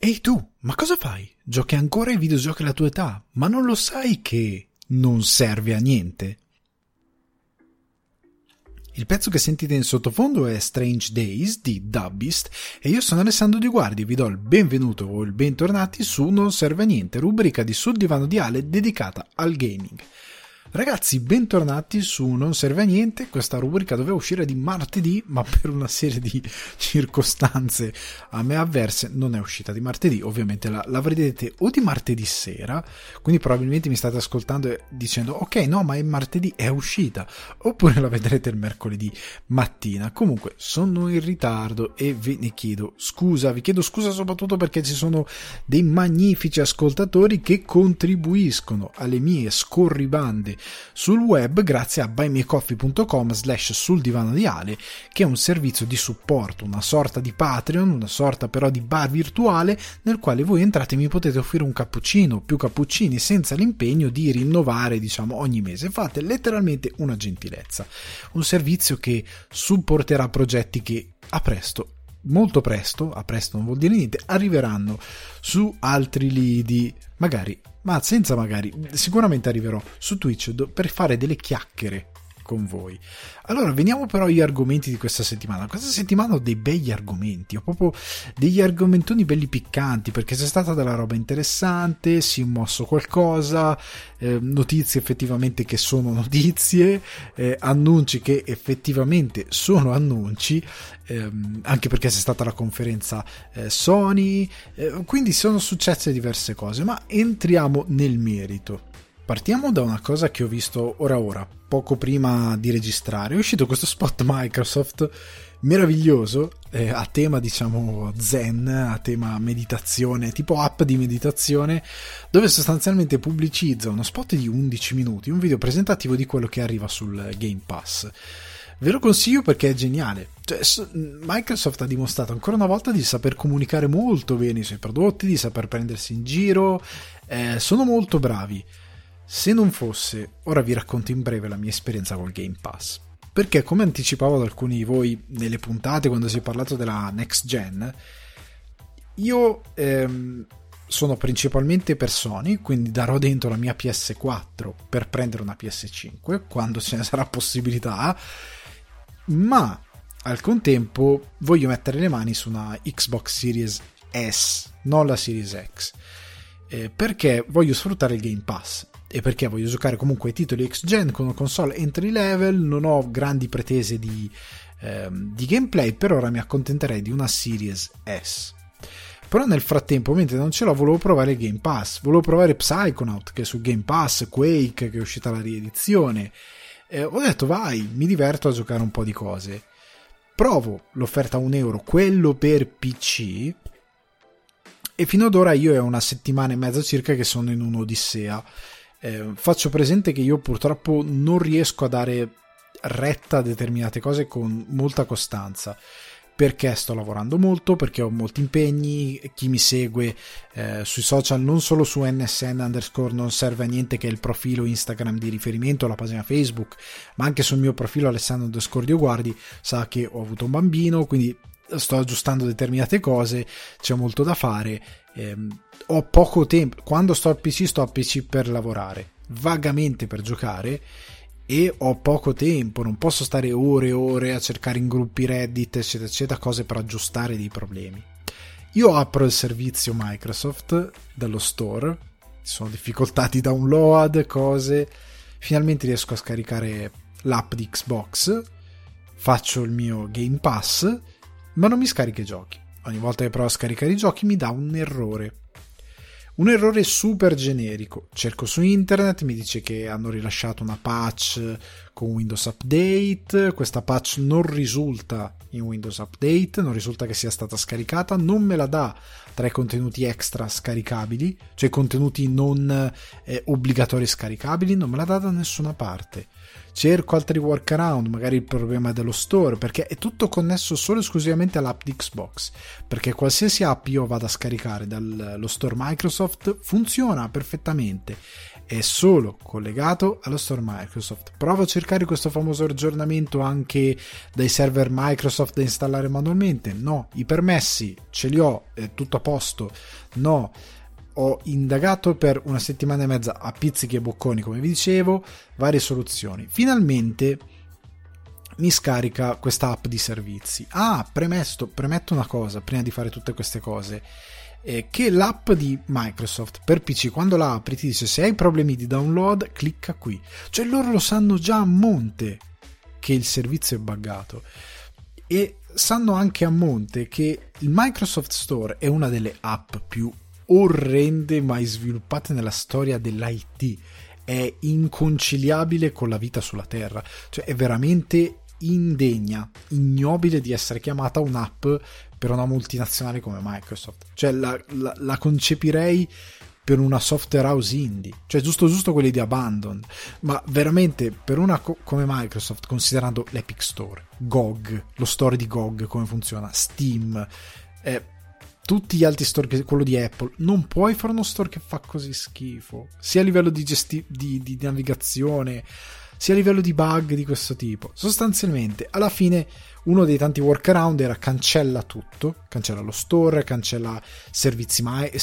Ehi tu, ma cosa fai? Giochi ancora ai videogiochi alla tua età, ma non lo sai che non serve a niente? Il pezzo che sentite in sottofondo è Strange Days di Dubbist e io sono Alessandro Di Guardi e vi do il benvenuto o il bentornati su Non Serve a Niente, rubrica di Sul Divano di Ale dedicata al gaming. Ragazzi, bentornati su Non Serve a Niente, questa rubrica doveva uscire di martedì, ma per una serie di circostanze a me avverse non è uscita di martedì. Ovviamente la vedrete o di martedì sera, quindi probabilmente mi state ascoltando e dicendo ok, no, ma è martedì, è uscita, oppure la vedrete il mercoledì mattina. Comunque sono in ritardo e ve ne chiedo scusa, vi chiedo scusa soprattutto perché ci sono dei magnifici ascoltatori che contribuiscono alle mie scorribande sul web grazie a buymeacoffee.com/sul divano di Ale, che è un servizio di supporto, una sorta di Patreon, una sorta però di bar virtuale nel quale voi entrate e mi potete offrire un cappuccino, più cappuccini, senza l'impegno di rinnovare, diciamo, ogni mese. Fate letteralmente una gentilezza, un servizio che supporterà progetti che a presto, molto presto, a presto non vuol dire niente, arriveranno su altri lidi, magari, ma senza magari, sicuramente arriverò su Twitch per fare delle chiacchiere con voi. Allora, veniamo però agli argomenti di questa settimana. Questa settimana ho dei begli argomenti, ho proprio degli argomentoni belli piccanti, perché c'è stata della roba interessante, si è mosso qualcosa, notizie effettivamente che sono notizie, annunci che effettivamente sono annunci, anche perché c'è stata la conferenza Sony, quindi sono successe diverse cose, ma entriamo nel merito. Partiamo da una cosa che ho visto ora, poco prima di registrare. È uscito questo spot Microsoft meraviglioso, a tema, diciamo, zen, a tema meditazione, tipo app di meditazione, dove sostanzialmente pubblicizza uno spot di 11 minuti, un video presentativo di quello che arriva sul Game Pass. Ve lo consiglio perché è geniale. Cioè, Microsoft ha dimostrato ancora una volta di saper comunicare molto bene i suoi prodotti, di saper prendersi in giro, sono molto bravi. Se non fosse, ora vi racconto in breve la mia esperienza col Game Pass, perché come anticipavo ad alcuni di voi nelle puntate quando si è parlato della next gen, io sono principalmente per Sony, quindi darò dentro la mia PS4 per prendere una PS5 quando ce ne sarà possibilità, ma al contempo voglio mettere le mani su una Xbox Series S, non la Series X, perché voglio sfruttare il Game Pass e perché voglio giocare comunque ai titoli X-Gen con una console entry level. Non ho grandi pretese di gameplay, per ora mi accontenterei di una Series S. Però nel frattempo, mentre non ce l'ho, volevo provare il Game Pass, volevo provare Psychonaut che è su Game Pass, Quake che è uscita la riedizione, ho detto vai, mi diverto a giocare un po' di cose, provo l'offerta a €1, quello per PC, e fino ad ora io è una settimana e mezza circa che sono in un'odissea. Faccio presente che io purtroppo non riesco a dare retta a determinate cose con molta costanza, perché sto lavorando molto, perché ho molti impegni. Chi mi segue sui social, non solo su nsn_ non serve a niente, che è il profilo Instagram di riferimento, la pagina Facebook, ma anche sul mio profilo Alessandro_ Dioguardi, sa che ho avuto un bambino, quindi sto aggiustando determinate cose, c'è molto da fare, ho poco tempo. Quando sto al PC per lavorare, vagamente per giocare, e ho poco tempo, non posso stare ore e ore a cercare in gruppi Reddit eccetera eccetera cose per aggiustare dei problemi. Io apro il servizio Microsoft dallo store, ci sono difficoltà di download, cose, finalmente riesco a scaricare l'app di Xbox, faccio il mio Game Pass, ma non mi scarica i giochi. Ogni volta che provo a scaricare i giochi mi dà un errore super generico. Cerco su internet, mi dice che hanno rilasciato una patch con Windows Update, questa patch non risulta in Windows Update, non risulta che sia stata scaricata, non me la dà tra i contenuti extra scaricabili, cioè contenuti non obbligatori scaricabili, non me la dà da nessuna parte. Cerco altri workaround, magari il problema dello store, perché è tutto connesso solo e esclusivamente all'app di Xbox, perché qualsiasi app io vada a scaricare dallo store Microsoft funziona perfettamente, è solo collegato allo store Microsoft. Prova a cercare questo famoso aggiornamento anche dai server Microsoft da installare manualmente. No, i permessi ce li ho, è tutto a posto. No, ho indagato per una settimana e mezza a pizzichi e bocconi, come vi dicevo, varie soluzioni. Finalmente mi scarica questa app di servizi. Premetto una cosa prima di fare tutte queste cose, che l'app di Microsoft per PC, quando la apri, ti dice: se hai problemi di download clicca qui. Cioè loro lo sanno già a monte che il servizio è buggato, e sanno anche a monte che il Microsoft Store è una delle app più orrende mai sviluppate nella storia dell'IT. È inconciliabile con la vita sulla terra, cioè è veramente indegna, ignobile di essere chiamata un'app per una multinazionale come Microsoft. Cioè la concepirei per una software house indie, cioè giusto quelli di Abandon, ma veramente per una come Microsoft, considerando l'Epic Store, GOG, lo store di GOG, come funziona, Steam, tutti gli altri store, quello di Apple, non puoi fare uno store che fa così schifo, sia a livello di navigazione, sia a livello di bug di questo tipo. Sostanzialmente, alla fine, uno dei tanti workaround era cancella tutto, cancella lo store, cancella servizi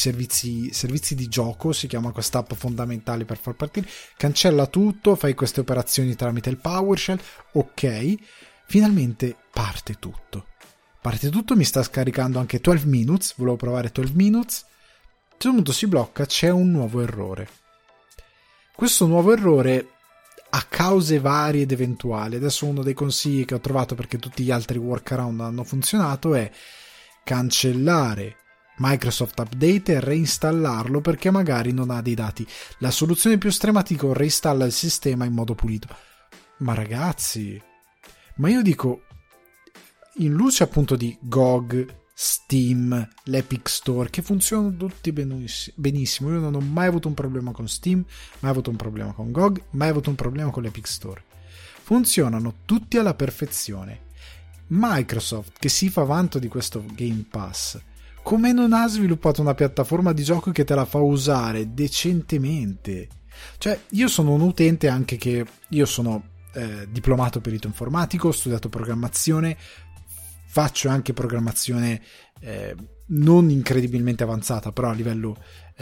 di gioco, si chiama questa app fondamentale per far partire, cancella tutto, fai queste operazioni tramite il PowerShell, ok, finalmente parte tutto, mi sta scaricando anche 12 Minutes, volevo provare 12 Minutes, a un certo punto si blocca, c'è un nuovo errore. Questo nuovo errore a cause varie ed eventuali. Adesso uno dei consigli che ho trovato, perché tutti gli altri workaround hanno funzionato, è cancellare Microsoft Update e reinstallarlo, perché magari non ha dei dati. La soluzione più estrema ti dico: reinstalla il sistema in modo pulito. Ma ragazzi, ma io dico, in luce appunto di GOG, Steam, l'Epic Store, che funzionano tutti benissimo, io non ho mai avuto un problema con Steam, mai avuto un problema con GOG, mai avuto un problema con l'Epic Store, funzionano tutti alla perfezione. Microsoft, che si fa vanto di questo Game Pass, come non ha sviluppato una piattaforma di gioco che te la fa usare decentemente? Cioè, io sono un utente, anche che io sono diplomato perito informatico, ho studiato programmazione, faccio anche programmazione non incredibilmente avanzata, però a livello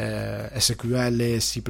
SQL, C++,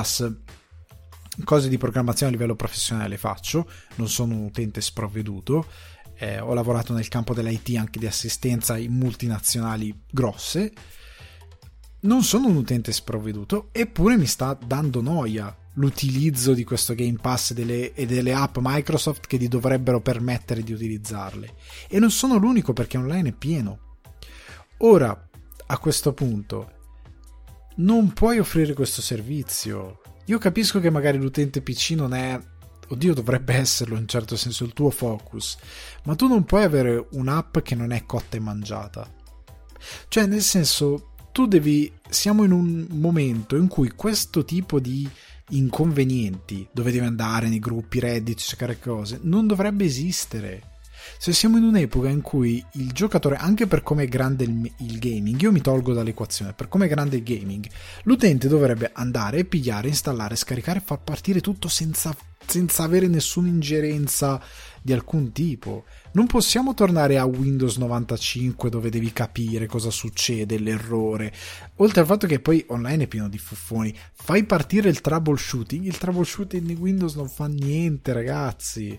cose di programmazione a livello professionale faccio, non sono un utente sprovveduto, ho lavorato nel campo dell'IT, anche di assistenza in multinazionali grosse, non sono un utente sprovveduto, eppure mi sta dando noia l'utilizzo di questo Game Pass e delle app Microsoft che ti dovrebbero permettere di utilizzarle. E non sono l'unico, perché online è pieno. Ora, a questo punto, non puoi offrire questo servizio. Io capisco che magari l'utente PC non è, oddio, dovrebbe esserlo in un certo senso, il tuo focus, ma tu non puoi avere un'app che non è cotta e mangiata. Cioè, nel senso, siamo in un momento in cui questo tipo di inconvenienti, dove devi andare nei gruppi Reddit, cercare cose, non dovrebbe esistere. Se siamo in un'epoca in cui il giocatore, anche per come è grande il gaming, io mi tolgo dall'equazione, per come è grande il gaming, l'utente dovrebbe andare, pigliare, installare, scaricare e far partire tutto senza avere nessuna ingerenza di alcun tipo. Non possiamo tornare a Windows 95 dove devi capire cosa succede, l'errore, oltre al fatto che poi online è pieno di fuffoni. Fai partire il troubleshooting di Windows non fa niente, ragazzi,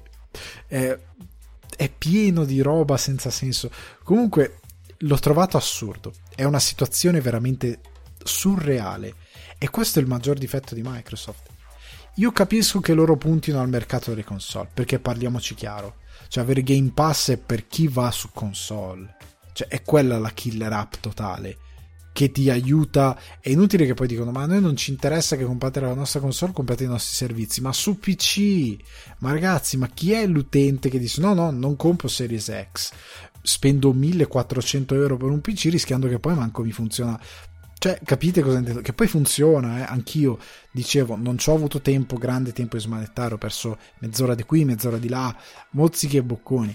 è pieno di roba senza senso. Comunque l'ho trovato assurdo, è una situazione veramente surreale, e questo è il maggior difetto di Microsoft. Io capisco che loro puntino al mercato delle console, perché parliamoci chiaro, cioè avere Game Pass è per chi va su console, cioè è quella la killer app totale che ti aiuta. È inutile che poi dicono: ma a noi non ci interessa che comprate la nostra console, comprate i nostri servizi. Ma su PC, ma ragazzi, ma chi è l'utente che dice: no, non compro Series X, spendo 1.400 euro per un PC rischiando che poi manco mi funziona? Cioè, capite cosa intendo? Che poi funziona, anch'io dicevo, non ci ho avuto grande tempo di smanettare, ho perso mezz'ora di qui, mezz'ora di là, mozzichi e bocconi.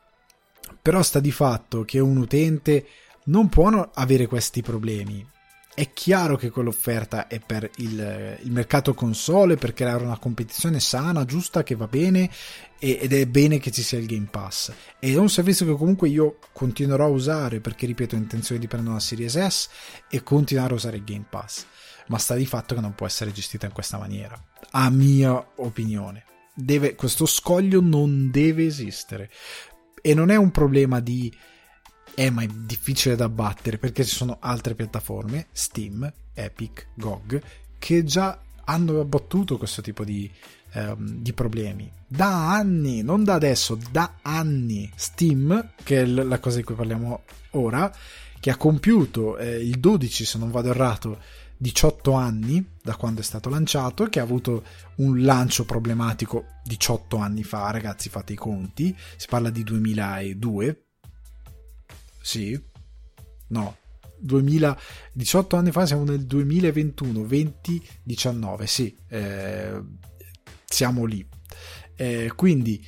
Però sta di fatto che un utente non può avere questi problemi. È chiaro che quell'offerta è per il mercato console, per creare una competizione sana, giusta, che va bene, ed è bene che ci sia il Game Pass. Ed è un servizio che comunque io continuerò a usare, perché ripeto, ho intenzione di prendere una Series S e continuare a usare il Game Pass. Ma sta di fatto che non può essere gestita in questa maniera, a mia opinione. Questo scoglio non deve esistere. E non è un problema di ma è difficile da battere, perché ci sono altre piattaforme, Steam, Epic, GOG, che già hanno abbattuto questo tipo di problemi da anni, non da adesso, da anni. Steam, che è la cosa di cui parliamo ora, che ha compiuto il 12, se non vado errato, 18 anni da quando è stato lanciato, che ha avuto un lancio problematico 18 anni fa, ragazzi, fate i conti, si parla di 2002. Sì, no, 18 anni fa, siamo nel 2021, 2019, sì, siamo lì. Quindi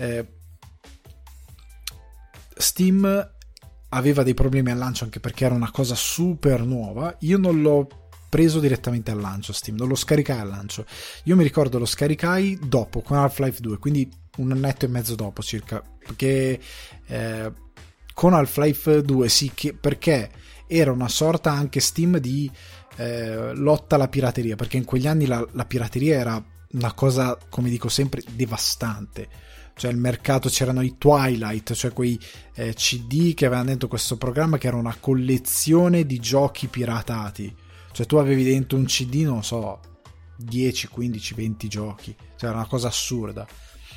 Steam aveva dei problemi al lancio, anche perché era una cosa super nuova. Io non l'ho preso direttamente al lancio Steam, non lo scaricai al lancio. Io mi ricordo lo scaricai dopo, con Half-Life 2, quindi un annetto e mezzo dopo circa, perché con Half-Life 2 sì, perché era una sorta anche Steam di lotta alla pirateria, perché in quegli anni la pirateria era una cosa, come dico sempre, devastante. Cioè il mercato, c'erano i Twilight, cioè quei CD che avevano dentro questo programma, che era una collezione di giochi piratati. Cioè tu avevi dentro un CD, non so, 10, 15, 20 giochi, cioè era una cosa assurda.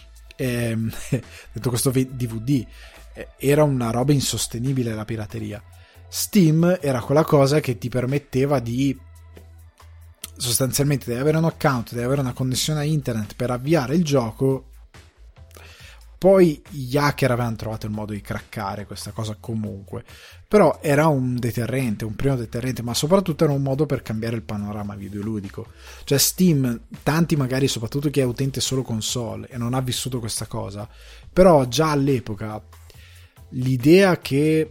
Dentro questo DVD era una roba insostenibile, la pirateria. Steam era quella cosa che ti permetteva di, sostanzialmente, devi avere un account, devi avere una connessione a internet per avviare il gioco. Poi gli hacker avevano trovato il modo di craccare questa cosa comunque, però era un deterrente, un primo deterrente, ma soprattutto era un modo per cambiare il panorama videoludico. Cioè Steam, tanti magari, soprattutto chi è utente solo console e non ha vissuto questa cosa, però già all'epoca l'idea che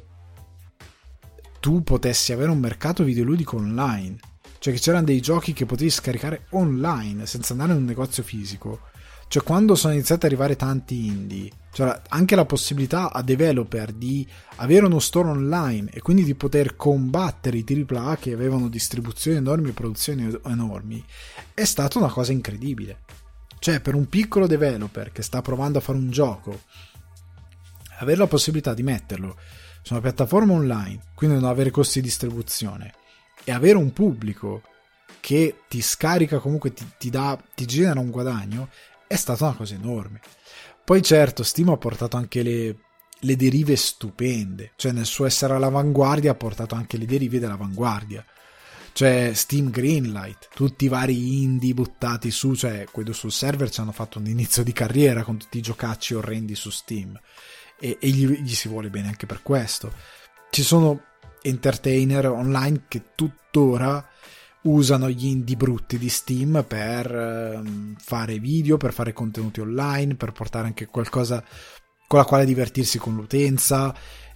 tu potessi avere un mercato videoludico online, cioè che c'erano dei giochi che potevi scaricare online senza andare in un negozio fisico. Cioè quando sono iniziati ad arrivare tanti indie, cioè anche la possibilità a developer di avere uno store online e quindi di poter combattere i AAA che avevano distribuzioni enormi e produzioni enormi, è stata una cosa incredibile. Cioè per un piccolo developer che sta provando a fare un gioco, avere la possibilità di metterlo su una piattaforma online, quindi non avere costi di distribuzione, e avere un pubblico che ti scarica, comunque ti genera un guadagno, è stata una cosa enorme. Poi certo, Steam ha portato anche le derive stupende, cioè nel suo essere all'avanguardia ha portato anche le derive dell'avanguardia. Cioè Steam Greenlight, tutti i vari indie buttati su, cioè quelli sul server ci hanno fatto un inizio di carriera con tutti i giocacci orrendi su Steam, e gli si vuole bene anche per questo. Ci sono entertainer online che tuttora usano gli indie brutti di Steam per fare video, per fare contenuti online, per portare anche qualcosa con la quale divertirsi con l'utenza.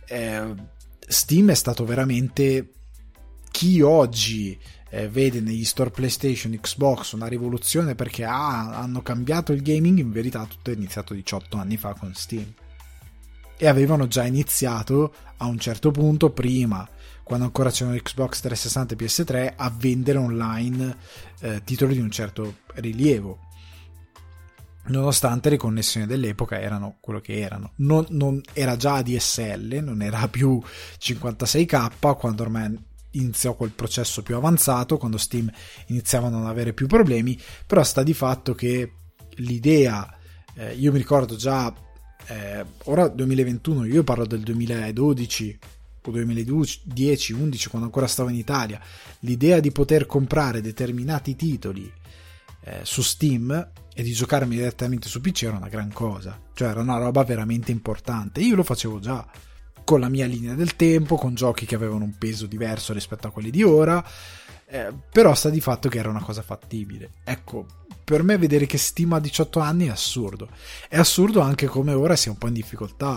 Steam è stato veramente, chi oggi vede negli store PlayStation, Xbox una rivoluzione perché hanno cambiato il gaming, in verità tutto è iniziato 18 anni fa con Steam, e avevano già iniziato a un certo punto, prima, quando ancora c'erano Xbox 360 e PS3, a vendere online titoli di un certo rilievo, nonostante le connessioni dell'epoca erano quello che erano. Non era già ADSL, non era più 56k quando ormai iniziò quel processo più avanzato, quando Steam iniziava a non avere più problemi. Però sta di fatto che l'idea, io mi ricordo già, ora 2021, io parlo del 2012 o 2010, 11, quando ancora stavo in Italia, l'idea di poter comprare determinati titoli su Steam e di giocarmi direttamente su PC era una gran cosa, cioè era una roba veramente importante. Io lo facevo già con la mia linea del tempo, con giochi che avevano un peso diverso rispetto a quelli di ora, però sta di fatto che era una cosa fattibile. Ecco, per me vedere che Steam ha 18 anni è assurdo anche come ora sia un po' in difficoltà,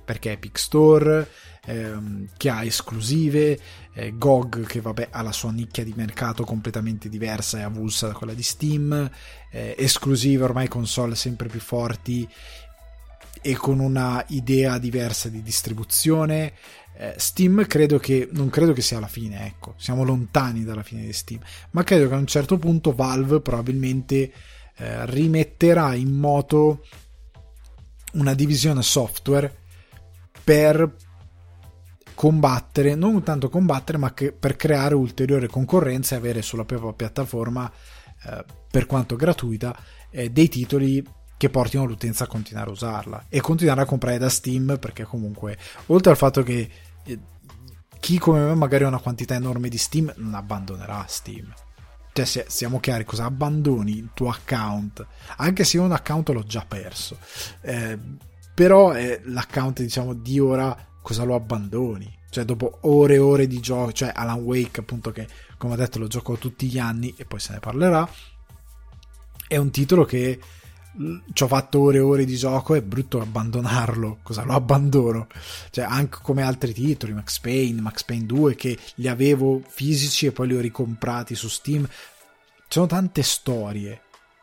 perché Epic Store, che ha esclusive, GOG che vabbè ha la sua nicchia di mercato completamente diversa e avulsa da quella di Steam, esclusive ormai, console sempre più forti e con una idea diversa di distribuzione. Steam non credo che sia la fine, ecco, siamo lontani dalla fine di Steam, ma credo che a un certo punto Valve probabilmente rimetterà in moto una divisione software per combattere, non tanto combattere, ma che per creare ulteriore concorrenza e avere sulla propria piattaforma, per quanto gratuita, dei titoli che portino l'utenza a continuare a usarla e continuare a comprare da Steam, perché comunque, oltre al fatto che chi come me magari ha una quantità enorme di Steam non abbandonerà Steam. Cioè, siamo chiari, cosa abbandoni il tuo account? Anche se io un account l'ho già perso, però l'account, diciamo, di ora cosa lo abbandoni? Cioè, dopo ore e ore di gioco, cioè Alan Wake, appunto, che come ho detto lo gioco tutti gli anni e poi se ne parlerà, è un titolo che ci ho fatto ore e ore di gioco, è brutto abbandonarlo. Cosa lo abbandono? Cioè, anche come altri titoli, Max Payne 2, che li avevo fisici e poi li ho ricomprati su Steam. Ci sono tante storie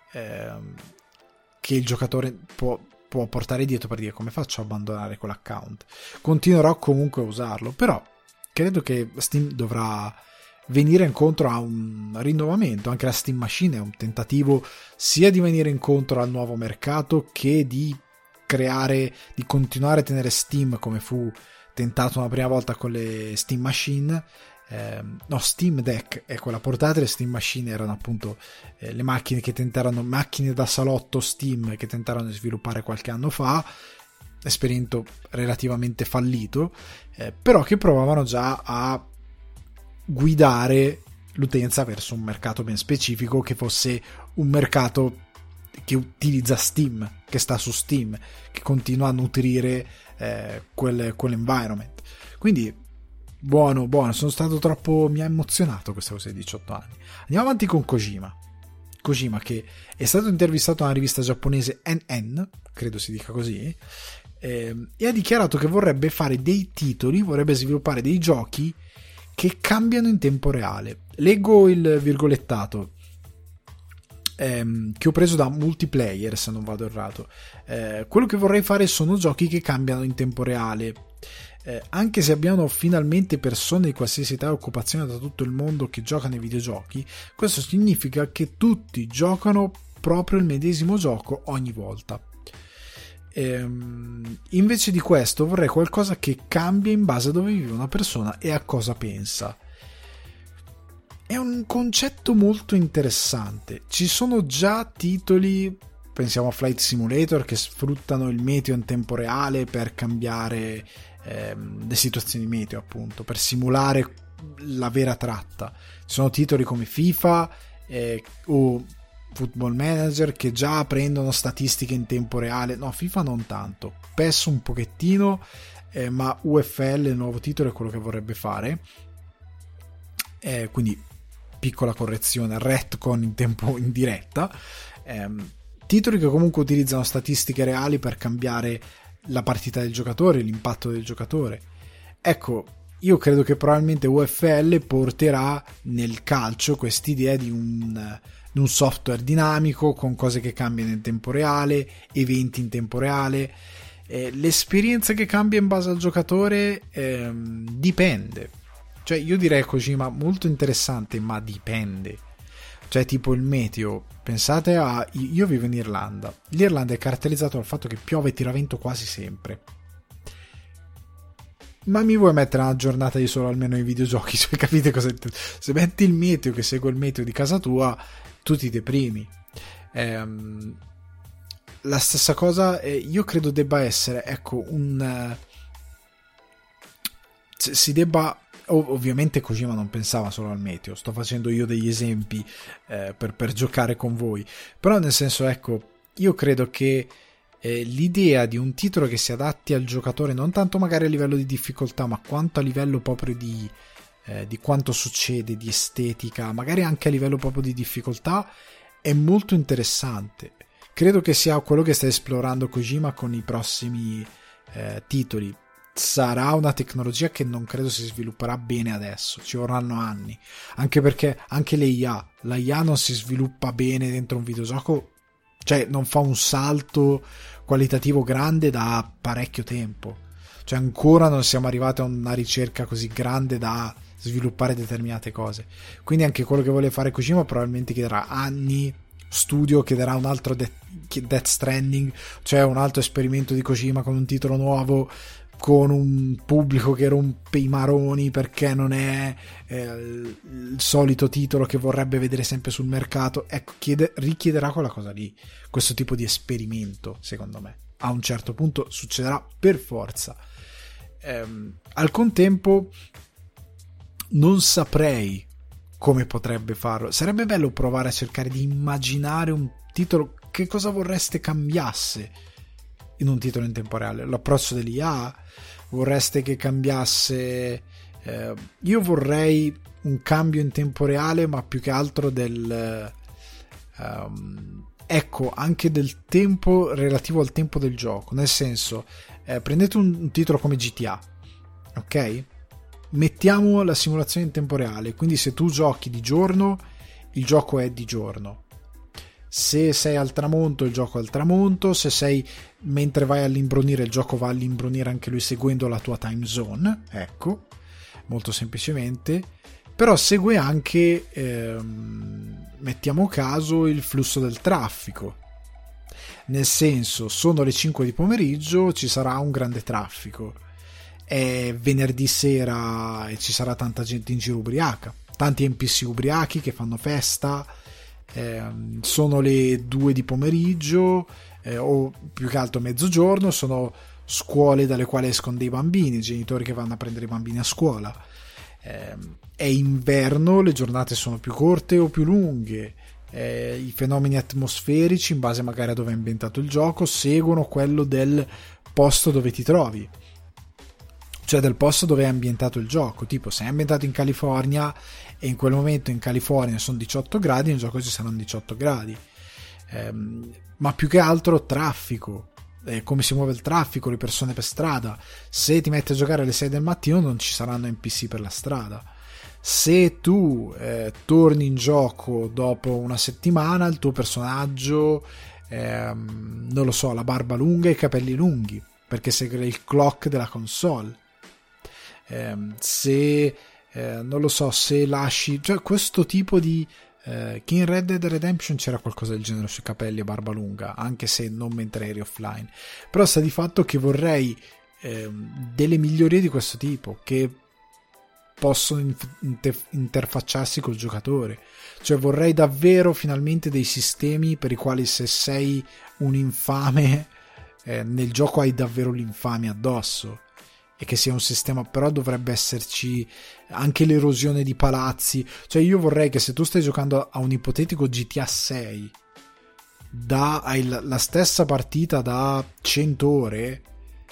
che il giocatore può portare dietro per dire: come faccio a abbandonare quell'account? Continuerò comunque a usarlo, però credo che Steam dovrà venire incontro a un rinnovamento. Anche la Steam Machine è un tentativo sia di venire incontro al nuovo mercato che di creare, di continuare a tenere Steam come fu tentato una prima volta con le Steam Machine. Steam Deck è quella portatile, Steam Machine erano appunto le macchine che tentarono, macchine da salotto Steam, che tentarono di sviluppare qualche anno fa, esperimento relativamente fallito, però che provavano già a guidare l'utenza verso un mercato ben specifico, che fosse un mercato che utilizza Steam, che sta su Steam, che continua a nutrire quell'environment. Quindi buono, sono stato troppo, mi ha emozionato questa cosa di 18 anni. Andiamo avanti con Kojima, che è stato intervistato a una rivista giapponese NN, credo si dica così, e ha dichiarato che vorrebbe fare dei titoli, vorrebbe sviluppare dei giochi che cambiano in tempo reale. Leggo il virgolettato che ho preso da Multiplayer, se non vado errato. Quello che vorrei fare sono giochi che cambiano in tempo reale, anche se abbiamo finalmente persone di qualsiasi età e occupazione da tutto il mondo che giocano ai videogiochi. Questo significa che tutti giocano proprio il medesimo gioco ogni volta. Invece di questo vorrei qualcosa che cambia in base a dove vive una persona e a cosa pensa. È un concetto molto interessante. Ci sono già titoli, pensiamo a Flight Simulator, che sfruttano il meteo in tempo reale per cambiare le situazioni meteo, appunto, per simulare la vera tratta. Ci sono titoli come FIFA o Football Manager che già prendono statistiche in tempo reale. No, FIFA non tanto, PES un pochettino, ma UFL, il nuovo titolo, è quello che vorrebbe fare, quindi piccola correzione, retcon in diretta, titoli che comunque utilizzano statistiche reali per cambiare la partita del giocatore, l'impatto del giocatore. Ecco, io credo che probabilmente UFL porterà nel calcio quest'idea di un software dinamico con cose che cambiano in tempo reale, eventi in tempo reale, l'esperienza che cambia in base al giocatore dipende. Cioè, io direi Kojima molto interessante, ma dipende. Cioè, tipo il meteo, pensate a... Io vivo in Irlanda. L'Irlanda è caratterizzato dal fatto che piove e tira vento quasi sempre. Ma mi vuoi mettere una giornata di sole almeno nei videogiochi? Cioè, capite cosa intendo? Se metti il meteo che segue il meteo di casa tua, tu ti deprimi. La stessa cosa, io credo debba essere, ecco, si debba... Ovviamente Kojima non pensava solo al meteo, sto facendo io degli esempi per giocare con voi, però nel senso, ecco, io credo che l'idea di un titolo che si adatti al giocatore, non tanto magari a livello di difficoltà, ma quanto a livello proprio di quanto succede, di estetica, magari anche a livello proprio di difficoltà, è molto interessante. Credo che sia quello che sta esplorando Kojima con i prossimi titoli. sarà una tecnologia che non credo si svilupperà bene adesso, ci vorranno anni, anche perché anche la IA non si sviluppa bene dentro un videogioco, cioè non fa un salto qualitativo grande da parecchio tempo, cioè ancora non siamo arrivati a una ricerca così grande da sviluppare determinate cose, quindi anche quello che vuole fare Kojima probabilmente chiederà anni, studio chiederà un altro Death Stranding, cioè un altro esperimento di Kojima con un titolo nuovo, con un pubblico che rompe i maroni perché non è il solito titolo che vorrebbe vedere sempre sul mercato. Ecco, richiederà quella cosa lì, questo tipo di esperimento, secondo me a un certo punto succederà per forza. Al contempo non saprei come potrebbe farlo. Sarebbe bello provare a cercare di immaginare un titolo, che cosa vorreste cambiasse in un titolo in tempo reale. L'approccio dell'IA, vorreste che cambiasse, io vorrei un cambio in tempo reale, ma più che altro ecco, anche del tempo relativo al tempo del gioco, nel senso, prendete un titolo come GTA, ok? Mettiamo la simulazione in tempo reale, quindi se tu giochi di giorno, il gioco è di giorno, se sei al tramonto il gioco è al tramonto, se sei mentre vai all'imbrunire il gioco va all'imbrunire anche lui seguendo la tua time zone, ecco, molto semplicemente. Però segue anche mettiamo caso il flusso del traffico, nel senso, sono le 5 di pomeriggio, ci sarà un grande traffico, è venerdì sera e ci sarà tanta gente in giro ubriaca, tanti NPC ubriachi che fanno festa, sono le 2 di pomeriggio, o più che altro mezzogiorno, sono scuole dalle quali escono dei bambini, genitori che vanno a prendere i bambini a scuola, è inverno, le giornate sono più corte o più lunghe, i fenomeni atmosferici in base magari a dove è ambientato il gioco seguono quello del posto dove ti trovi, cioè del posto dove è ambientato il gioco. Tipo, se è ambientato in California e in quel momento in California sono 18 gradi, nel gioco ci saranno 18 gradi, ma più che altro traffico, come si muove il traffico, le persone per strada. Se ti metti a giocare alle 6 del mattino non ci saranno NPC per la strada. Se tu torni in gioco dopo una settimana, il tuo personaggio non lo so, ha la barba lunga e i capelli lunghi perché segue il clock della console. Se non lo so, se lasci, cioè questo tipo di che in Red Dead Redemption c'era qualcosa del genere sui capelli e barba lunga, anche se non mentre eri offline, però sta di fatto che vorrei delle migliorie di questo tipo che possono interfacciarsi col giocatore, cioè vorrei davvero finalmente dei sistemi per i quali se sei un infame nel gioco hai davvero l'infamia addosso, e che sia un sistema, però dovrebbe esserci anche l'erosione di palazzi. Cioè io vorrei che se tu stai giocando a un ipotetico GTA 6 hai la stessa partita da 100 ore,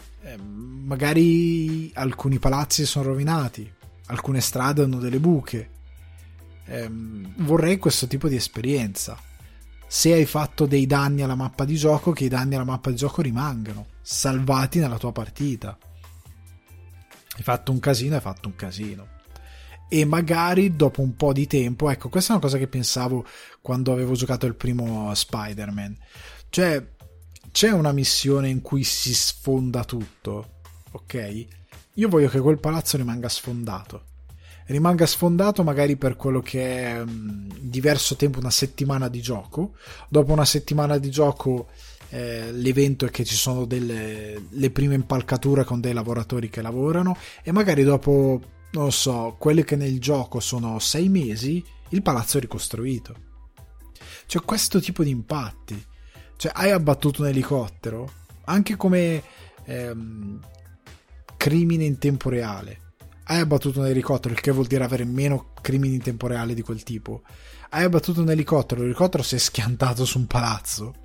magari alcuni palazzi sono rovinati, alcune strade hanno delle buche, vorrei questo tipo di esperienza. Se hai fatto dei danni alla mappa di gioco, che i danni alla mappa di gioco rimangano salvati nella tua partita. Hai fatto un casino, e magari dopo un po' di tempo, ecco, questa è una cosa che pensavo quando avevo giocato il primo Spider-Man, cioè c'è una missione in cui si sfonda tutto, ok? Io voglio che quel palazzo rimanga sfondato magari per quello che è diverso tempo, una settimana di gioco. Dopo una settimana di gioco l'evento è che ci sono le prime impalcature con dei lavoratori che lavorano, e magari dopo, non lo so, quelle che nel gioco sono 6 mesi, il palazzo è ricostruito. Cioè questo tipo di impatti, cioè hai abbattuto un elicottero anche come crimine in tempo reale, hai abbattuto un elicottero, il che vuol dire avere meno crimini in tempo reale di quel tipo. Hai abbattuto un elicottero, l'elicottero si è schiantato su un palazzo,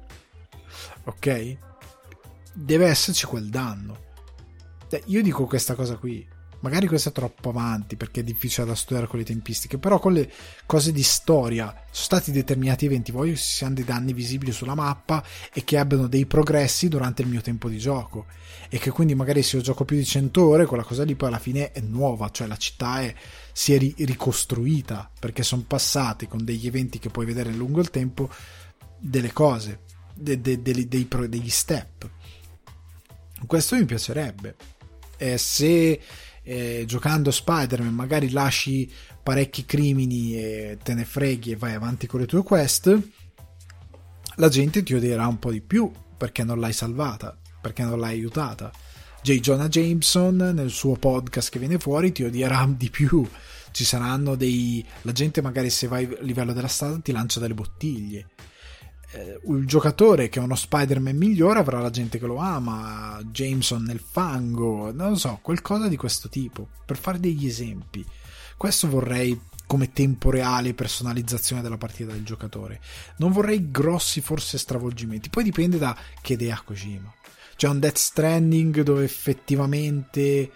ok? Deve esserci quel danno. Io dico questa cosa qui, magari questo è troppo avanti perché è difficile da studiare con le tempistiche, però con le cose di storia sono stati determinati eventi, voglio che ci siano dei danni visibili sulla mappa e che abbiano dei progressi durante il mio tempo di gioco, e che quindi magari se io gioco più di 100 ore quella cosa lì poi alla fine è nuova, cioè la città si è ricostruita perché sono passati con degli eventi che puoi vedere lungo il tempo delle cose, degli step. Questo mi piacerebbe. Se giocando Spider-Man magari lasci parecchi crimini e te ne freghi e vai avanti con le tue quest, la gente ti odierà un po' di più perché non l'hai salvata, perché non l'hai aiutata. J. Jonah Jameson nel suo podcast che viene fuori ti odierà di più, ci saranno la gente magari se vai a livello della strada ti lancia delle bottiglie. Il giocatore che è uno Spider-Man migliore avrà la gente che lo ama, Jameson nel fango, non lo so, qualcosa di questo tipo, per fare degli esempi. Questo vorrei come tempo reale e personalizzazione della partita del giocatore. Non vorrei grossi forse stravolgimenti, poi dipende da che idea ha Kojima. C'è un Death Stranding dove effettivamente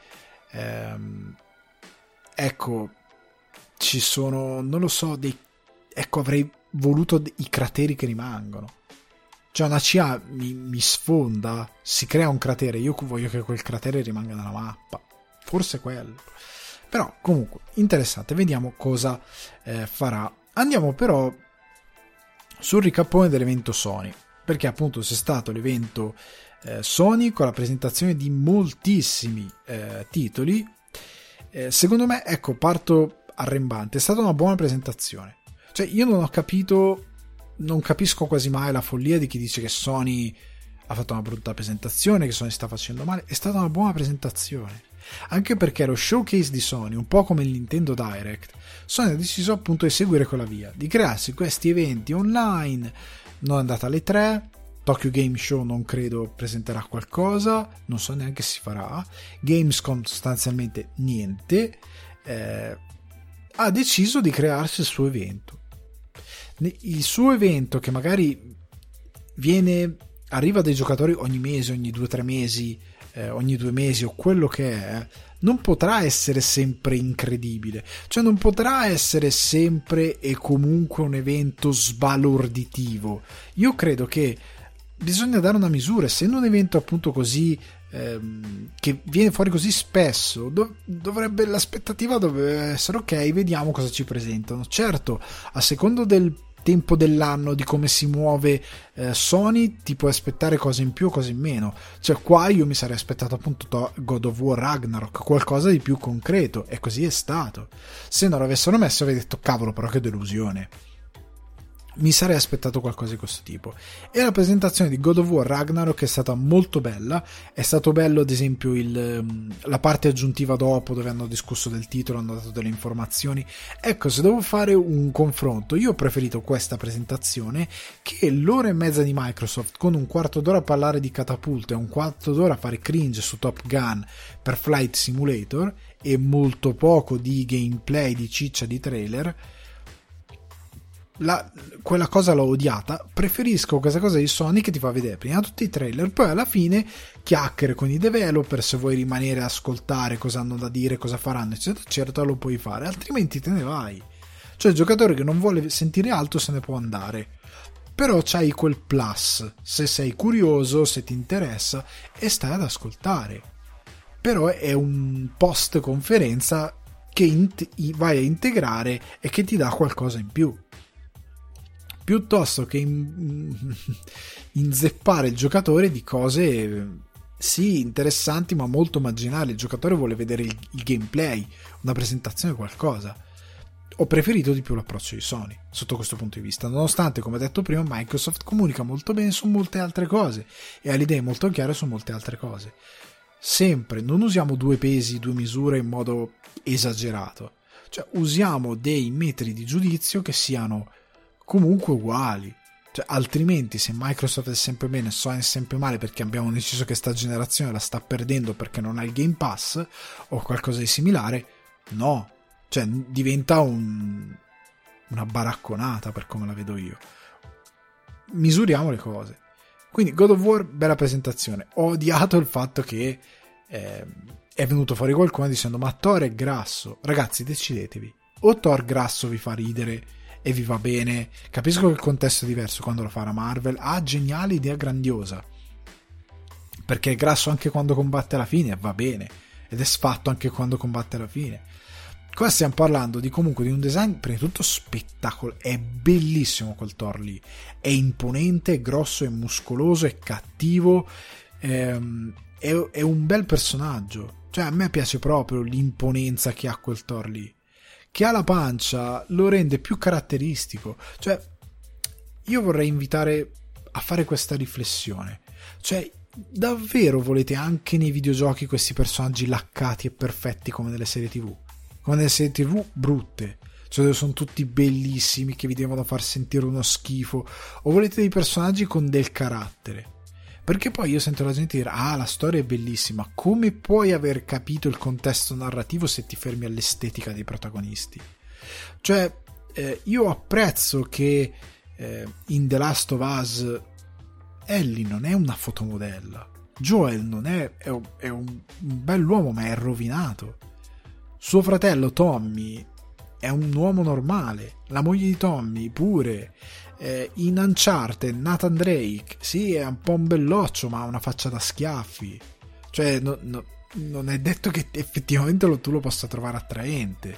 ecco, ci sono, non lo so, avrei voluto i crateri che rimangono. Cioè una CA mi sfonda, si crea un cratere, io voglio che quel cratere rimanga nella mappa, forse quello. Però comunque interessante, vediamo cosa farà. Andiamo però sul ricappone dell'evento Sony, perché appunto c'è stato l'evento Sony con la presentazione di moltissimi titoli. Secondo me, ecco, parto arrembante, è stata una buona presentazione. Cioè io non capisco quasi mai la follia di chi dice che Sony ha fatto una brutta presentazione, che Sony sta facendo male. È stata una buona presentazione, anche perché lo showcase di Sony, un po' come il Nintendo Direct, Sony ha deciso appunto di seguire quella via, di crearsi questi eventi online. Non è andata alle 3, Tokyo Game Show non credo presenterà qualcosa, non so neanche se si farà, Gamescom sostanzialmente niente, ha deciso di crearsi il suo evento. Il suo evento che magari arriva dai giocatori ogni mese, ogni 2-3 mesi, ogni 2 mesi o quello che è, non potrà essere sempre incredibile, cioè non potrà essere sempre e comunque un evento sbalorditivo. Io credo che bisogna dare una misura, essendo un evento appunto così che viene fuori così spesso, l'aspettativa dovrebbe essere ok, vediamo cosa ci presentano. Certo, a secondo del tempo dell'anno, di come si muove Sony, ti puoi aspettare cose in più o cose in meno. Cioè qua io mi sarei aspettato appunto God of War Ragnarok, qualcosa di più concreto, e così è stato. Se non l'avessero messo avrei detto cavolo, però che delusione. Mi sarei aspettato qualcosa di questo tipo. E la presentazione di God of War Ragnarok è stata molto bella. È stato bello ad esempio la parte aggiuntiva dopo, dove hanno discusso del titolo, hanno dato delle informazioni. Ecco, se devo fare un confronto, io ho preferito questa presentazione che l'ora e mezza di Microsoft, con un quarto d'ora a parlare di catapulte e un quarto d'ora a fare cringe su Top Gun per Flight Simulator e molto poco di gameplay, di ciccia, di trailer. Quella cosa l'ho odiata. Preferisco questa cosa di Sony che ti fa vedere prima tutti i trailer, poi alla fine chiacchiere con i developer, se vuoi rimanere a ascoltare cosa hanno da dire, cosa faranno eccetera eccetera, lo puoi fare, altrimenti te ne vai. Cioè il giocatore che non vuole sentire altro se ne può andare, però c'hai quel plus se sei curioso, se ti interessa e stai ad ascoltare. Però è un post conferenza che vai a integrare e che ti dà qualcosa in più, piuttosto che inzeppare il giocatore di cose sì interessanti ma molto marginali. Il giocatore vuole vedere il gameplay, una presentazione, qualcosa. Ho preferito di più l'approccio di Sony sotto questo punto di vista, nonostante, come detto prima, Microsoft comunica molto bene su molte altre cose e ha le idee molto chiare su molte altre cose. Sempre non usiamo due pesi, due misure in modo esagerato, cioè usiamo dei metri di giudizio che siano comunque uguali. Cioè, altrimenti se Microsoft è sempre bene, Sony è sempre male perché abbiamo deciso che sta generazione la sta perdendo perché non ha il Game Pass o qualcosa di similare, no, cioè diventa una baracconata per come la vedo io. Misuriamo le cose. Quindi God of War, bella presentazione. Ho odiato il fatto che è venuto fuori qualcuno dicendo ma Thor è grasso. Ragazzi, decidetevi, o Thor grasso vi fa ridere e vi va bene, capisco che il contesto è diverso quando lo fa la Marvel, geniale, idea grandiosa, perché è grasso anche quando combatte alla fine e va bene, ed è sfatto anche quando combatte alla fine. Qua stiamo parlando di comunque di un design prima di tutto spettacolo, è bellissimo quel Thor lì, è imponente, è grosso, è muscoloso, è cattivo, è un bel personaggio, cioè a me piace proprio l'imponenza che ha quel Thor lì, che ha la pancia, lo rende più caratteristico. Cioè io vorrei invitare a fare questa riflessione, cioè davvero volete anche nei videogiochi questi personaggi laccati e perfetti come nelle serie TV? Come nelle serie TV brutte, cioè dove sono tutti bellissimi che vi devono far sentire uno schifo, o volete dei personaggi con del carattere? Perché poi io sento la gente dire la storia è bellissima, come puoi aver capito il contesto narrativo se ti fermi all'estetica dei protagonisti? Cioè io apprezzo che in The Last of Us Ellie non è una fotomodella, Joel non è un bell'uomo ma è rovinato, suo fratello Tommy è un uomo normale, la moglie di Tommy pure, in Uncharted Nathan Drake sì è un po' un belloccio ma ha una faccia da schiaffi, cioè non è detto che effettivamente tu lo possa trovare attraente.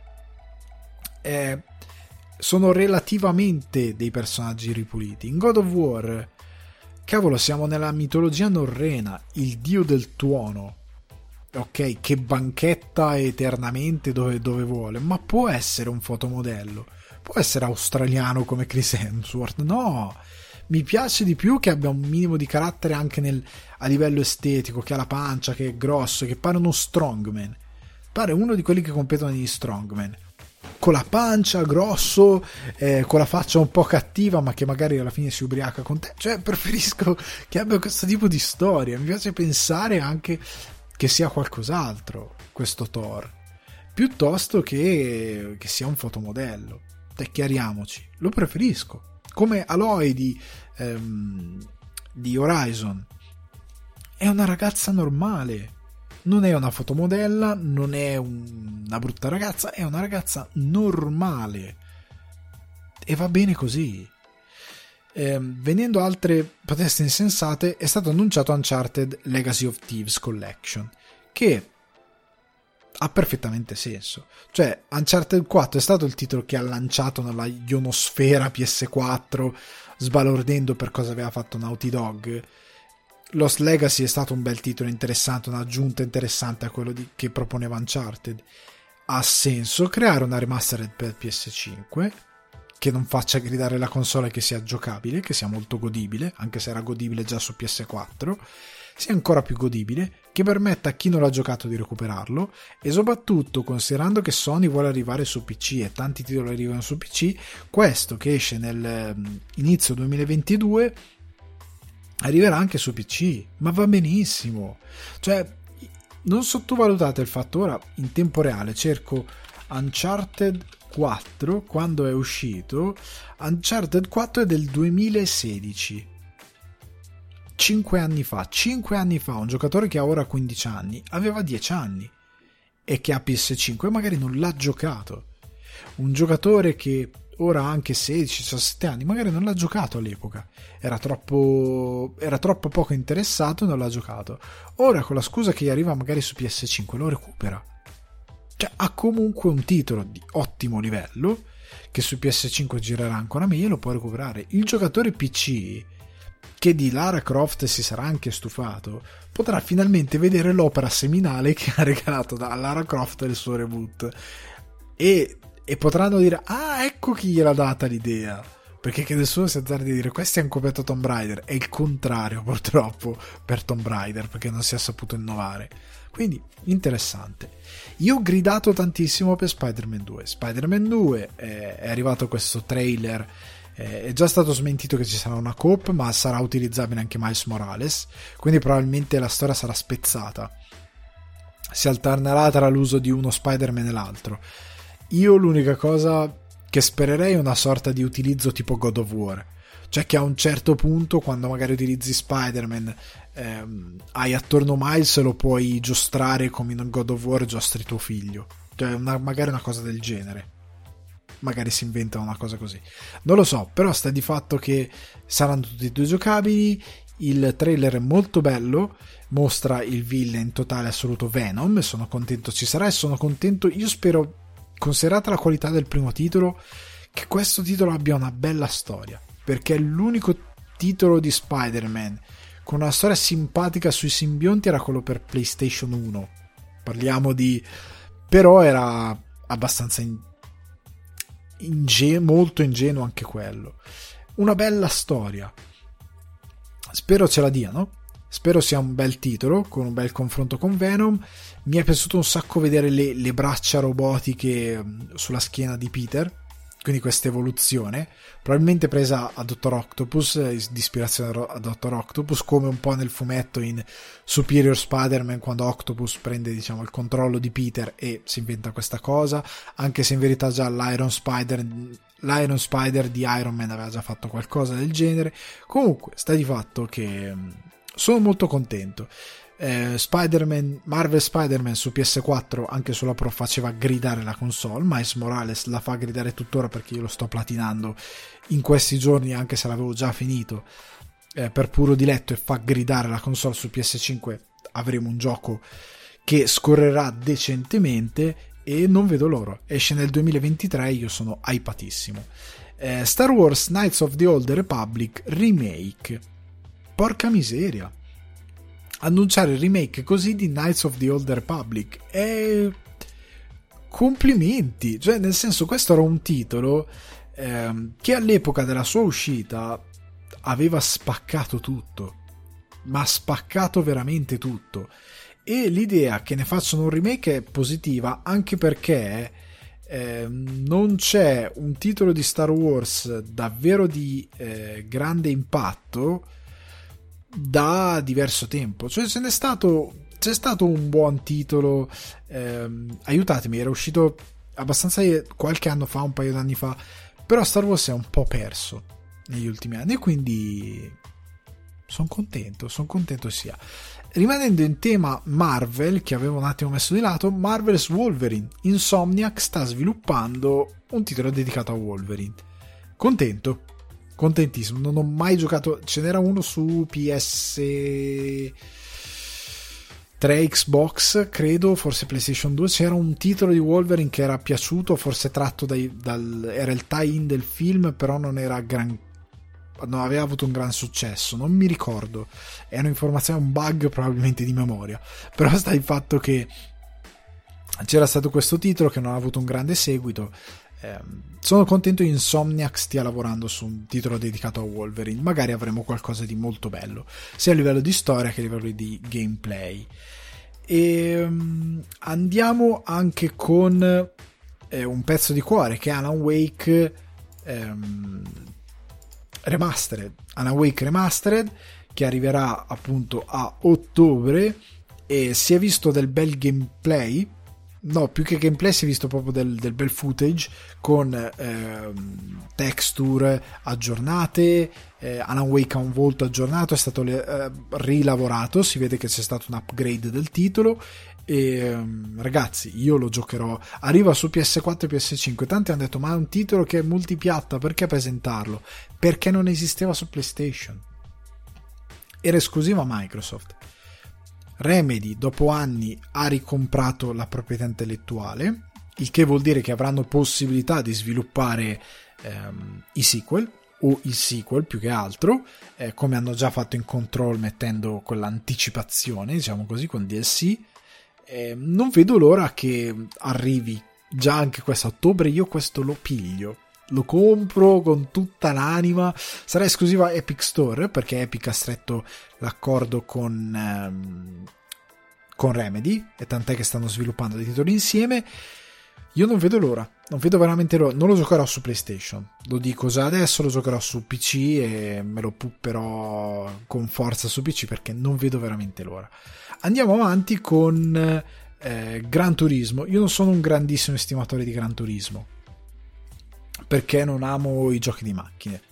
Sono relativamente dei personaggi ripuliti. In God of War, cavolo, siamo nella mitologia norrena, il dio del tuono, ok, che banchetta eternamente dove vuole, ma può essere un fotomodello, può essere australiano come Chris Hemsworth, no, mi piace di più che abbia un minimo di carattere anche a livello estetico, che ha la pancia, che è grosso, che pare uno strongman, pare uno di quelli che competono negli strongman, con la pancia, grosso, con la faccia un po' cattiva ma che magari alla fine si ubriaca con te, cioè preferisco che abbia questo tipo di storia, mi piace pensare anche che sia qualcos'altro questo Thor, piuttosto che sia un fotomodello. E chiariamoci, lo preferisco, come Aloy di Horizon è una ragazza normale, non è una fotomodella, non è una brutta ragazza, è una ragazza normale e va bene così. Venendo a altre proteste insensate, è stato annunciato Uncharted Legacy of Thieves Collection, che ha perfettamente senso. Cioè Uncharted 4 è stato il titolo che ha lanciato nella ionosfera PS4, sbalordendo per cosa aveva fatto Naughty Dog. Lost Legacy è stato un bel titolo interessante, un'aggiunta interessante a quello che proponeva Uncharted. Ha senso creare una remastered per PS5 che non faccia gridare la console, che sia giocabile, che sia molto godibile, anche se era godibile già su PS4, sia ancora più godibile, che permetta a chi non l'ha giocato di recuperarlo, e soprattutto considerando che Sony vuole arrivare su PC e tanti titoli arrivano su PC, questo che esce nel inizio 2022 arriverà anche su PC, ma va benissimo. Cioè non sottovalutate il fatto, ora in tempo reale cerco Uncharted 4 quando è uscito. Uncharted 4 è del 2016, 5 anni fa un giocatore che ha ora 15 anni aveva 10 anni e che ha PS5 magari non l'ha giocato, un giocatore che ora ha anche 16-17 anni magari non l'ha giocato all'epoca, era troppo poco interessato e non l'ha giocato. Ora con la scusa che gli arriva magari su PS5 lo recupera. Cioè ha comunque un titolo di ottimo livello che su PS5 girerà ancora meglio, lo può recuperare. Il giocatore PC che di Lara Croft si sarà anche stufato potrà finalmente vedere l'opera seminale che ha regalato da Lara Croft il suo reboot e potranno dire ecco chi gliel'ha data l'idea, perché che nessuno si azzardi a dire questi hanno copiato Tomb Raider. È il contrario purtroppo per Tomb Raider, perché non si è saputo innovare. Quindi interessante. Io ho gridato tantissimo per Spider-Man 2. Spider-Man 2 è arrivato questo trailer, è già stato smentito che ci sarà una coop, ma sarà utilizzabile anche Miles Morales, quindi probabilmente la storia sarà spezzata, si alternerà tra l'uso di uno Spider-Man e l'altro. Io l'unica cosa che spererei è una sorta di utilizzo tipo God of War, cioè che a un certo punto, quando magari utilizzi Spider-Man, hai attorno Miles e lo puoi giostrare come in God of War giostri tuo figlio, cioè magari una cosa del genere, magari si inventa una cosa così, non lo so, però sta di fatto che saranno tutti e due giocabili. Il trailer è molto bello, mostra il villain totale assoluto Venom, e sono contento ci sarà, e sono contento, io spero, considerata la qualità del primo titolo, che questo titolo abbia una bella storia, perché è l'unico titolo di Spider-Man con una storia simpatica sui simbionti era quello per PlayStation 1, parliamo di, però era abbastanza molto ingenuo anche quello. Una bella storia, spero ce la diano, spero sia un bel titolo con un bel confronto con Venom. Mi è piaciuto un sacco vedere le braccia robotiche sulla schiena di Peter, quindi questa evoluzione probabilmente presa a Dr. Octopus, di ispirazione a Dr. Octopus, come un po' nel fumetto in Superior Spider-Man, quando Octopus prende, diciamo, il controllo di Peter e si inventa questa cosa, anche se in verità già l'Iron Spider di Iron Man aveva già fatto qualcosa del genere. Comunque sta di fatto che sono molto contento. Marvel Spider-Man su PS4 anche sulla Pro faceva gridare la console, Miles Morales la fa gridare tuttora, perché io lo sto platinando in questi giorni, anche se l'avevo già finito, per puro diletto, e fa gridare la console. Su PS5 avremo un gioco che scorrerà decentemente e non vedo l'ora, esce nel 2023, io sono hypatissimo. Star Wars Knights of the Old Republic Remake, porca miseria, annunciare il remake così di Knights of the Old Republic, e complimenti, cioè nel senso, questo era un titolo che all'epoca della sua uscita aveva spaccato tutto, ma spaccato veramente tutto, e l'idea che ne facciano un remake è positiva, anche perché non c'è un titolo di Star Wars davvero di grande impatto da diverso tempo, cioè c'è stato un buon titolo, aiutatemi, era uscito abbastanza qualche anno fa, un paio d'anni fa, però Star Wars è un po' perso negli ultimi anni, e quindi sono contento sia. Rimanendo in tema Marvel, che avevo un attimo messo di lato, Marvel's Wolverine, Insomniac sta sviluppando un titolo dedicato a Wolverine. Contentissimo, non ho mai giocato, ce n'era uno su PS3, Xbox credo, forse PlayStation 2, c'era un titolo di Wolverine che era piaciuto, forse tratto era il tie-in del film, però non aveva avuto un gran successo, non mi ricordo, è un'informazione, un bug probabilmente di memoria, però sta il fatto che c'era stato questo titolo che non ha avuto un grande seguito. Sono contento che Insomniac stia lavorando su un titolo dedicato a Wolverine, magari avremo qualcosa di molto bello sia a livello di storia che a livello di gameplay. E andiamo anche con un pezzo di cuore, che è Alan Wake Remastered, che arriverà appunto a ottobre, e si è visto del bel gameplay, no, più che gameplay si è visto proprio del bel footage con texture aggiornate. Alan Wake ha un volto aggiornato, è stato rilavorato, si vede che c'è stato un upgrade del titolo, e ragazzi, io lo giocherò, arriva su PS4 e PS5. Tanti hanno detto: ma è un titolo che è multipiatta, perché presentarlo? Perché non esisteva su PlayStation, era esclusiva Microsoft. Remedy dopo anni ha ricomprato la proprietà intellettuale, il che vuol dire che avranno possibilità di sviluppare i sequel, o il sequel più che altro, come hanno già fatto in Control, mettendo quell'anticipazione, diciamo così, con DLC. Non vedo l'ora che arrivi già anche questo ottobre. Io questo lo piglio, lo compro con tutta l'anima. Sarà esclusiva Epic Store, perché Epic ha stretto l'accordo con Remedy, e tant'è che stanno sviluppando dei titoli insieme. Io non vedo l'ora, non vedo veramente l'ora. Non lo giocherò su PlayStation, lo dico già adesso, lo giocherò su PC e me lo pupperò con forza su PC, perché non vedo veramente l'ora. Andiamo avanti con Gran Turismo. Io non sono un grandissimo estimatore di Gran Turismo, perché non amo i giochi di macchine,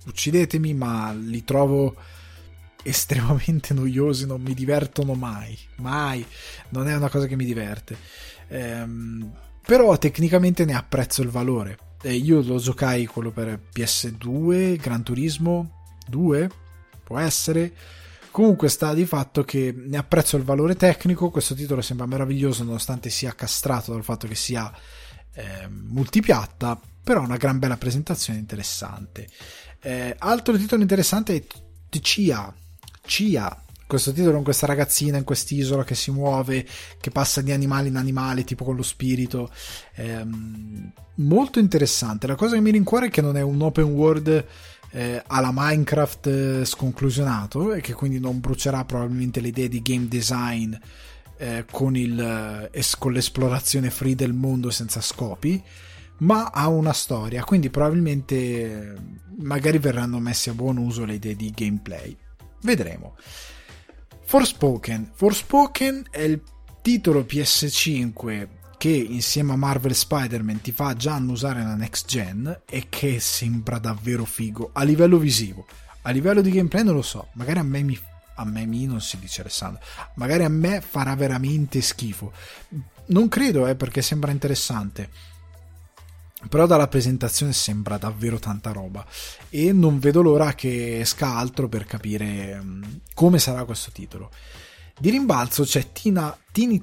uccidetemi, ma li trovo estremamente noiosi, non mi divertono mai, non è una cosa che mi diverte. Però tecnicamente ne apprezzo il valore. Io lo giocai quello per PS2, Gran Turismo 2, può essere. Comunque sta di fatto che ne apprezzo il valore tecnico. Questo titolo sembra meraviglioso nonostante sia castrato dal fatto che sia multipiatta, però una gran bella presentazione interessante. Altro titolo interessante è Cia, questo titolo con questa ragazzina in quest'isola che si muove, che passa di animale in animale tipo con lo spirito, molto interessante. La cosa che mi rincuora è che non è un open world alla Minecraft sconclusionato, e che quindi non brucerà probabilmente le idee di game design con l'esplorazione free del mondo senza scopi, ma ha una storia, quindi probabilmente magari verranno messi a buon uso le idee di gameplay. Vedremo. Forspoken è il titolo PS5 che insieme a Marvel Spider-Man ti fa già annusare la next gen e che sembra davvero figo a livello visivo. A livello di gameplay non lo so, magari a me non si dice, Alessandro, magari a me farà veramente schifo, non credo, perché sembra interessante, però dalla presentazione sembra davvero tanta roba e non vedo l'ora che esca altro per capire come sarà questo titolo. Di rimbalzo c'è Tiny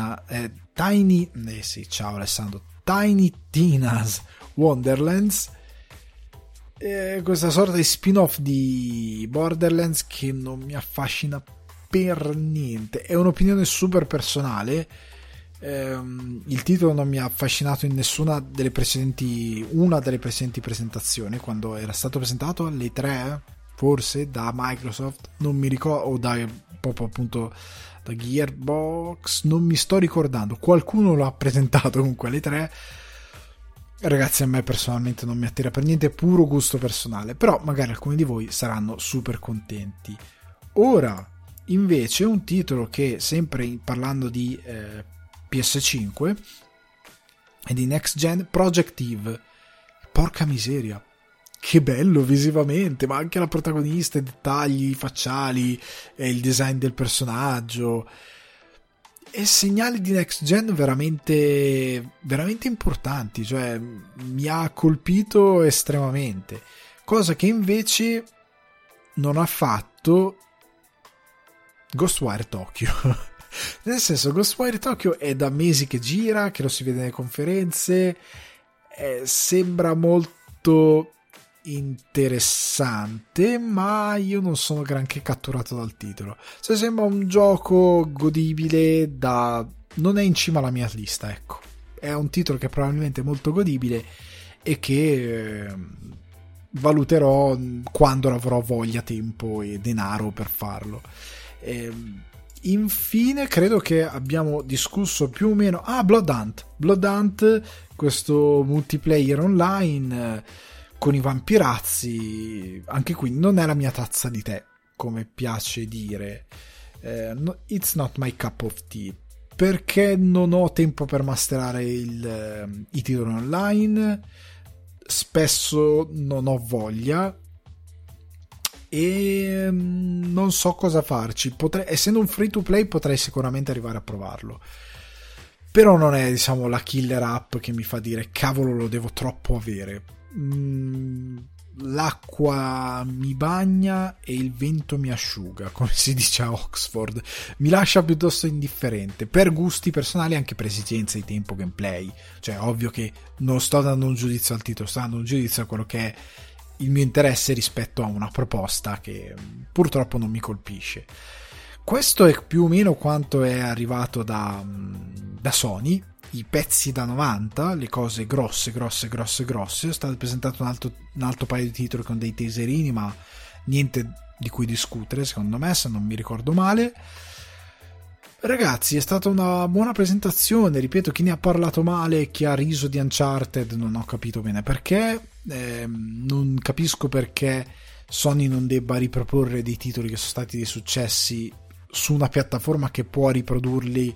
Tina's Wonderlands, questa sorta di spin-off di Borderlands che non mi affascina per niente. È un'opinione super personale. Il titolo non mi ha affascinato in nessuna delle precedenti presentazioni, quando era stato presentato alle 3 forse da Microsoft, non mi ricordo, o proprio appunto da Gearbox, non mi sto ricordando, qualcuno l'ha presentato comunque alle 3. Ragazzi, a me personalmente non mi attira per niente, puro gusto personale, però magari alcuni di voi saranno super contenti. Ora invece un titolo che, sempre parlando di PS5 e di next gen, Project Eve. Porca miseria, che bello visivamente, ma anche la protagonista, i dettagli facciali e il design del personaggio, e segnali di next gen veramente veramente importanti, cioè mi ha colpito estremamente, cosa che invece non ha fatto Ghostwire Tokyo. Nel senso, Ghostwire Tokyo è da mesi che gira, che lo si vede nelle conferenze, sembra molto interessante, ma io non sono granché catturato dal titolo. Cioè, sembra un gioco godibile non è in cima alla mia lista, ecco. È un titolo che probabilmente è molto godibile e che valuterò quando avrò voglia, tempo e denaro per farlo. Infine credo che abbiamo discusso più o meno Blood Hunt, questo multiplayer online con i vampirazzi. Anche qui non è la mia tazza di tè, come piace dire, it's not my cup of tea, perché non ho tempo per masterare i titoli online, spesso non ho voglia e non so cosa farci. Essendo un free to play potrei sicuramente arrivare a provarlo, però non è, diciamo, la killer app che mi fa dire cavolo, lo devo troppo avere. L'acqua mi bagna e il vento mi asciuga, come si dice a Oxford, mi lascia piuttosto indifferente per gusti personali, anche per esigenze di tempo gameplay. Cioè, ovvio che non sto dando un giudizio al titolo, sto dando un giudizio a quello che è il mio interesse rispetto a una proposta che purtroppo non mi colpisce. Questo è più o meno quanto è arrivato da Sony, i pezzi da 90, le cose grosse. È stato presentato un altro paio di titoli con dei teaserini, ma niente di cui discutere secondo me, se non mi ricordo male. Ragazzi, è stata una buona presentazione, ripeto, chi ne ha parlato male, chi ha riso di Uncharted, non ho capito bene perché, non capisco perché Sony non debba riproporre dei titoli che sono stati dei successi su una piattaforma che può riprodurli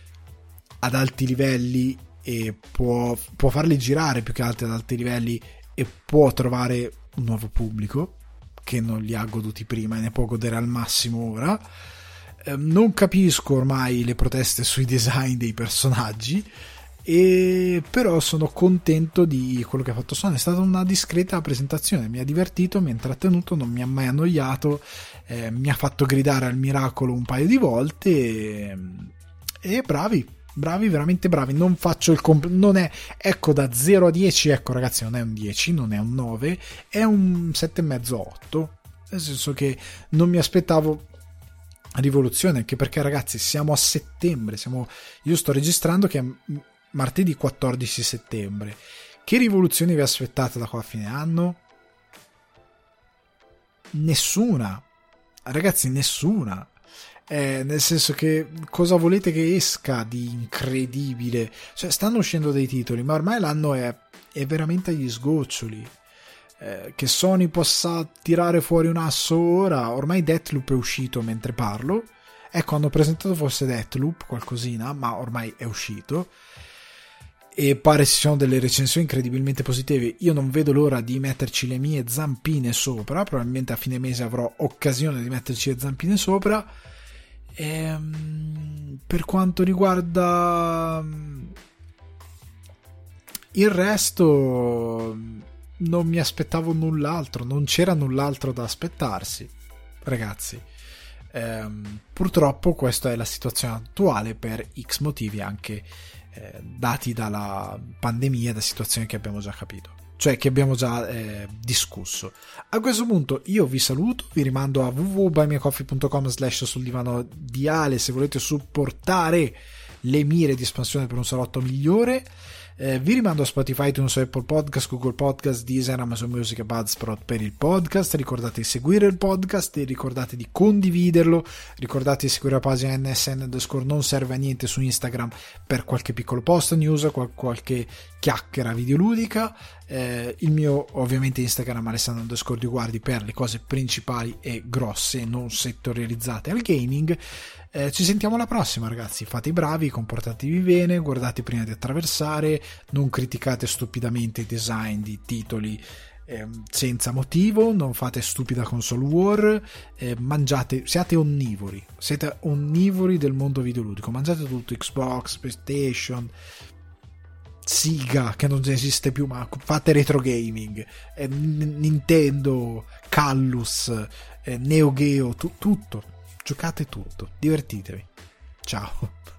ad alti livelli e può farli girare più che altro ad alti livelli e può trovare un nuovo pubblico che non li ha goduti prima e ne può godere al massimo ora. Non capisco ormai le proteste sui design dei personaggi, e però sono contento di quello che ha fatto Sony. È stata una discreta presentazione, mi ha divertito, mi ha intrattenuto, non mi ha mai annoiato, mi ha fatto gridare al miracolo un paio di volte, e bravi, veramente bravi. Non faccio il non è, ecco, da 0 a 10, ecco ragazzi, non è un 10, non è un 9, è un 7,5, 8, nel senso che non mi aspettavo rivoluzione, anche perché ragazzi siamo a settembre, io sto registrando che è martedì 14 settembre. Che rivoluzione vi aspettate da qua a fine anno? Nessuna, ragazzi, nessuna. Nel senso che cosa volete che esca di incredibile? Cioè, stanno uscendo dei titoli, ma ormai l'anno è veramente agli sgoccioli. Che Sony possa tirare fuori un asso ora, ormai Deathloop è uscito mentre parlo, ecco, hanno presentato forse Deathloop, qualcosina, ma ormai è uscito e pare ci siano delle recensioni incredibilmente positive. Io non vedo l'ora di metterci le mie zampine sopra, probabilmente a fine mese avrò occasione di metterci le zampine sopra. Per quanto riguarda il resto, non mi aspettavo null'altro, non c'era null'altro da aspettarsi, ragazzi. Purtroppo questa è la situazione attuale per X motivi, anche dati dalla pandemia, da situazioni che abbiamo già capito, cioè che abbiamo già discusso. A questo punto io vi saluto, vi rimando a www.buymeacoffee.com/suldivano di Ale se volete supportare le mire di espansione per un salotto migliore. Vi rimando a Spotify, iTunes, Apple Podcast, Google Podcast, Deezer, Amazon Music e Buzzsprout per il podcast. Ricordate di seguire il podcast e ricordate di condividerlo. Ricordate di seguire la pagina nsn_ non serve a niente su Instagram per qualche piccolo post news, qualche chiacchiera videoludica. Il mio ovviamente Instagram Alessandro_Diguardi per le cose principali e grosse, non settorializzate al gaming. Ci sentiamo alla prossima, ragazzi. Fate i bravi, comportatevi bene, guardate prima di attraversare, non criticate stupidamente i design di titoli senza motivo, non fate stupida console war, mangiate, siate onnivori del mondo videoludico, mangiate tutto, Xbox, PlayStation, Sega che non esiste più, ma fate retro gaming, Nintendo, Callus, Neo Geo, tutto, giocate tutto, divertitevi, ciao.